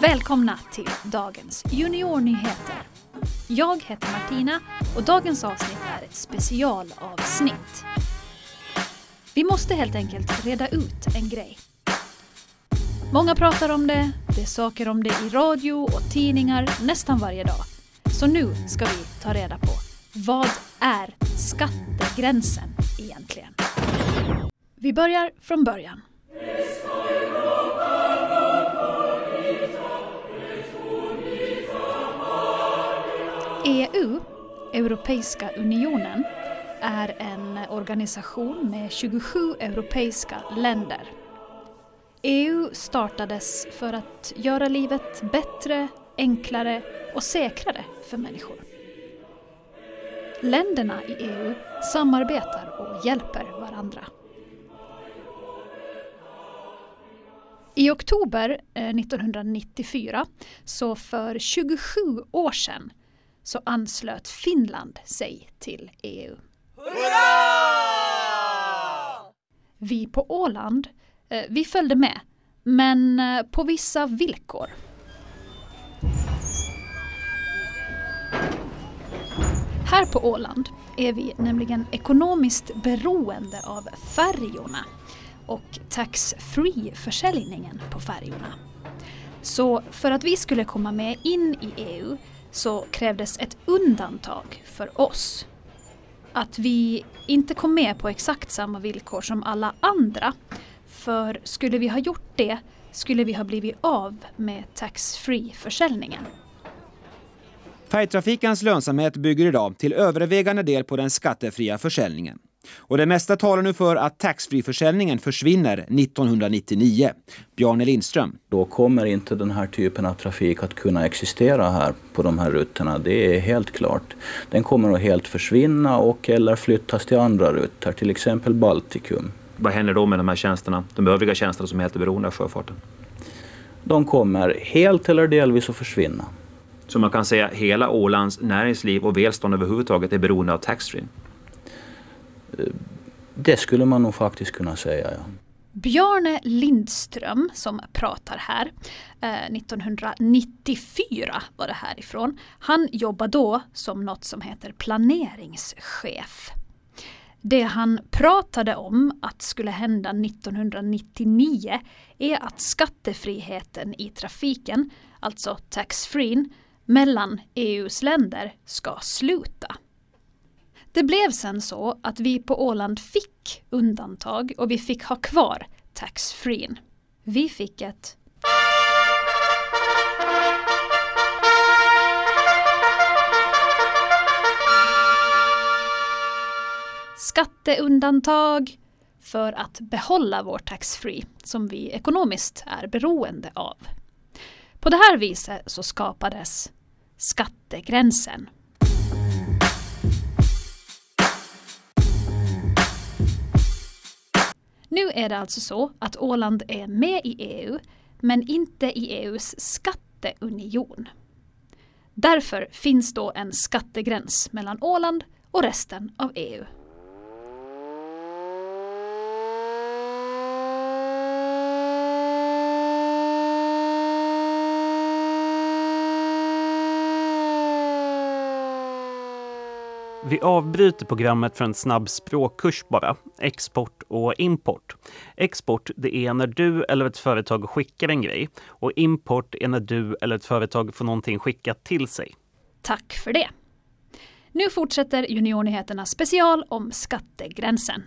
Välkomna till dagens juniornyheter. Jag heter Martina och dagens avsnitt är ett specialavsnitt. Vi måste helt enkelt reda ut en grej. Många pratar om det, det är saker om det i radio och tidningar nästan varje dag. Så nu ska vi ta reda på, vad är skattegränsen egentligen? Vi börjar från början. EU, Europeiska unionen, är en organisation med 27 europeiska länder. EU startades för att göra livet bättre, enklare och säkrare för människor. Länderna i EU samarbetar och hjälper varandra. I oktober 1994, så för 27 år sedan, så anslöt Finland sig till EU. Hurra! Vi på Åland, vi följde med, men på vissa villkor. Här på Åland är vi nämligen ekonomiskt beroende av färjorna och tax-free-försäljningen på färjorna. Så för att vi skulle komma med in i EU så krävdes ett undantag för oss. Att vi inte kom med på exakt samma villkor som alla andra. För skulle vi ha gjort det skulle vi ha blivit av med tax-free-försäljningen. Färjetrafikens lönsamhet bygger idag till övervägande del på den skattefria försäljningen. Och det mesta talar nu för att tax-free-försäljningen försvinner 1999. Bjarne Lindström. Då kommer inte den här typen av trafik att kunna existera här på de här rutorna. Det är helt klart. Den kommer att helt försvinna och eller flyttas till andra rutor, till exempel Baltikum. Vad händer då med de här tjänsterna, de övriga tjänsterna som är helt beroende av sjöfarten? De kommer helt eller delvis att försvinna. Så man kan säga att hela Ålands näringsliv och välstånd överhuvudtaget är beroende av tax-free? Det skulle man nog faktiskt kunna säga, ja. Bjarne Lindström som pratar här, 1994 var det härifrån. Han jobbar då som något som heter planeringschef. Det han pratade om att skulle hända 1999 är att skattefriheten i trafiken, alltså tax-free, mellan EUs länder ska sluta. Det blev sen så att vi på Åland fick undantag och vi fick ha kvar tax-free. Vi fick ett skatteundantag för att behålla vår tax-free som vi ekonomiskt är beroende av. På det här viset så skapades skattegränsen. Nu är det alltså så att Åland är med i EU, men inte i EUs skatteunion. Därför finns då en skattegräns mellan Åland och resten av EU. Vi avbryter programmet för en snabb språkkurs bara. Export och import. Export, det är när du eller ett företag skickar en grej. Och import är när du eller ett företag får någonting skickat till sig. Tack för det. Nu fortsätter juniornyheterna special om skattegränsen.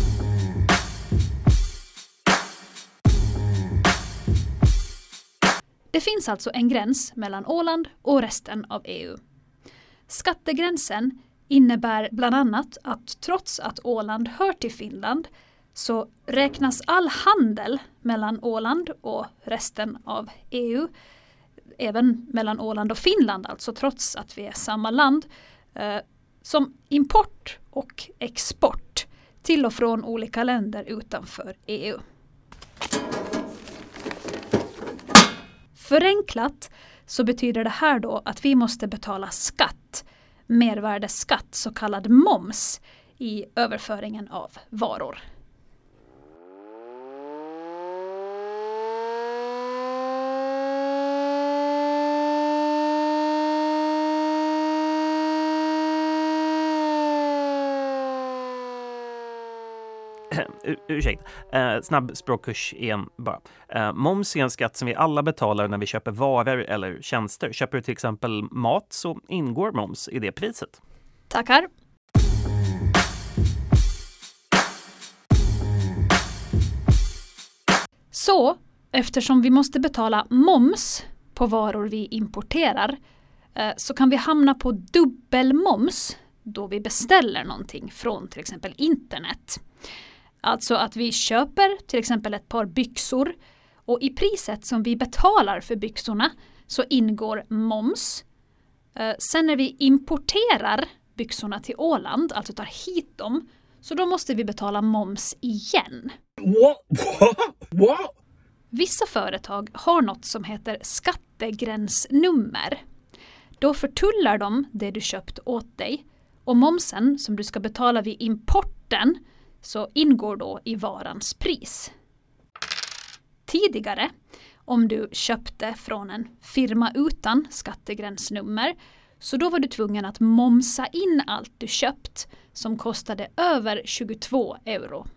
Det finns alltså en gräns mellan Åland och resten av EU. Skattegränsen innebär bland annat att trots att Åland hör till Finland så räknas all handel mellan Åland och resten av EU, även mellan Åland och Finland, alltså trots att vi är samma land, som import och export till och från olika länder utanför EU. Förenklat så betyder det här då att vi måste betala skatt, mervärdesskatt, så kallad moms, i överföringen av varor. Snabb språkkurs igen bara. Moms är en skatt som vi alla betalar när vi köper varor eller tjänster. Köper du till exempel mat så ingår moms i det priset. Tackar. Så, eftersom vi måste betala moms på varor vi importerar så kan vi hamna på dubbelmoms då vi beställer någonting från till exempel internet. Alltså att vi köper till exempel ett par byxor och i priset som vi betalar för byxorna så ingår moms. Sen när vi importerar byxorna till Åland, alltså tar hit dem, så då måste vi betala moms igen. What? Vissa företag har något som heter skattegränsnummer. Då förtullar de det du köpt åt dig och momsen som du ska betala vid importen så ingår då i varans pris. Tidigare, om du köpte från en firma utan skattegränsnummer, så då var du tvungen att momsa in allt du köpt som kostade över 22 euro.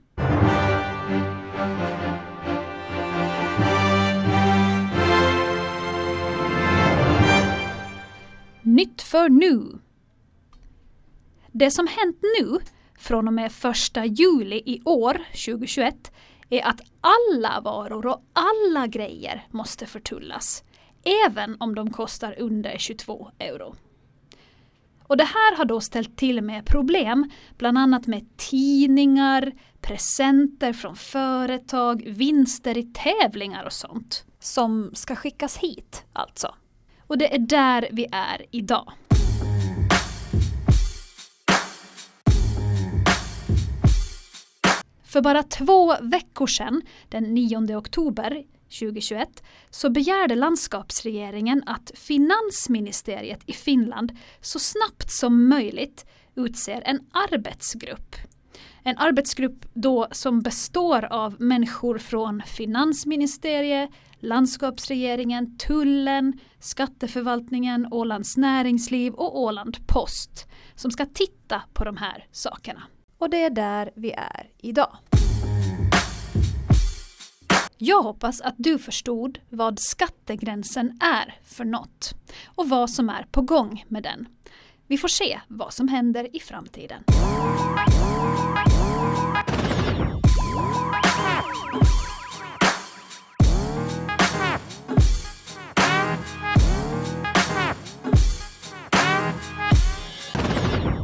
Nytt för nu. Det som hänt nu från och med 1 juli i år 2021 är att alla varor och alla grejer måste förtullas, även om de kostar under 22 euro. Och det här har då ställt till med problem, bland annat med tidningar, presenter från företag, vinster i tävlingar och sånt, som ska skickas hit alltså. Och det är där vi är idag. För bara 2 veckor sedan, den 9 oktober 2021, så begärde landskapsregeringen att finansministeriet i Finland så snabbt som möjligt utser en arbetsgrupp. En arbetsgrupp då som består av människor från finansministeriet, landskapsregeringen, tullen, skatteförvaltningen, Ålands näringsliv och Åland Post som ska titta på de här sakerna. Och det är där vi är idag. Jag hoppas att du förstod vad skattegränsen är för något och vad som är på gång med den. Vi får se vad som händer i framtiden.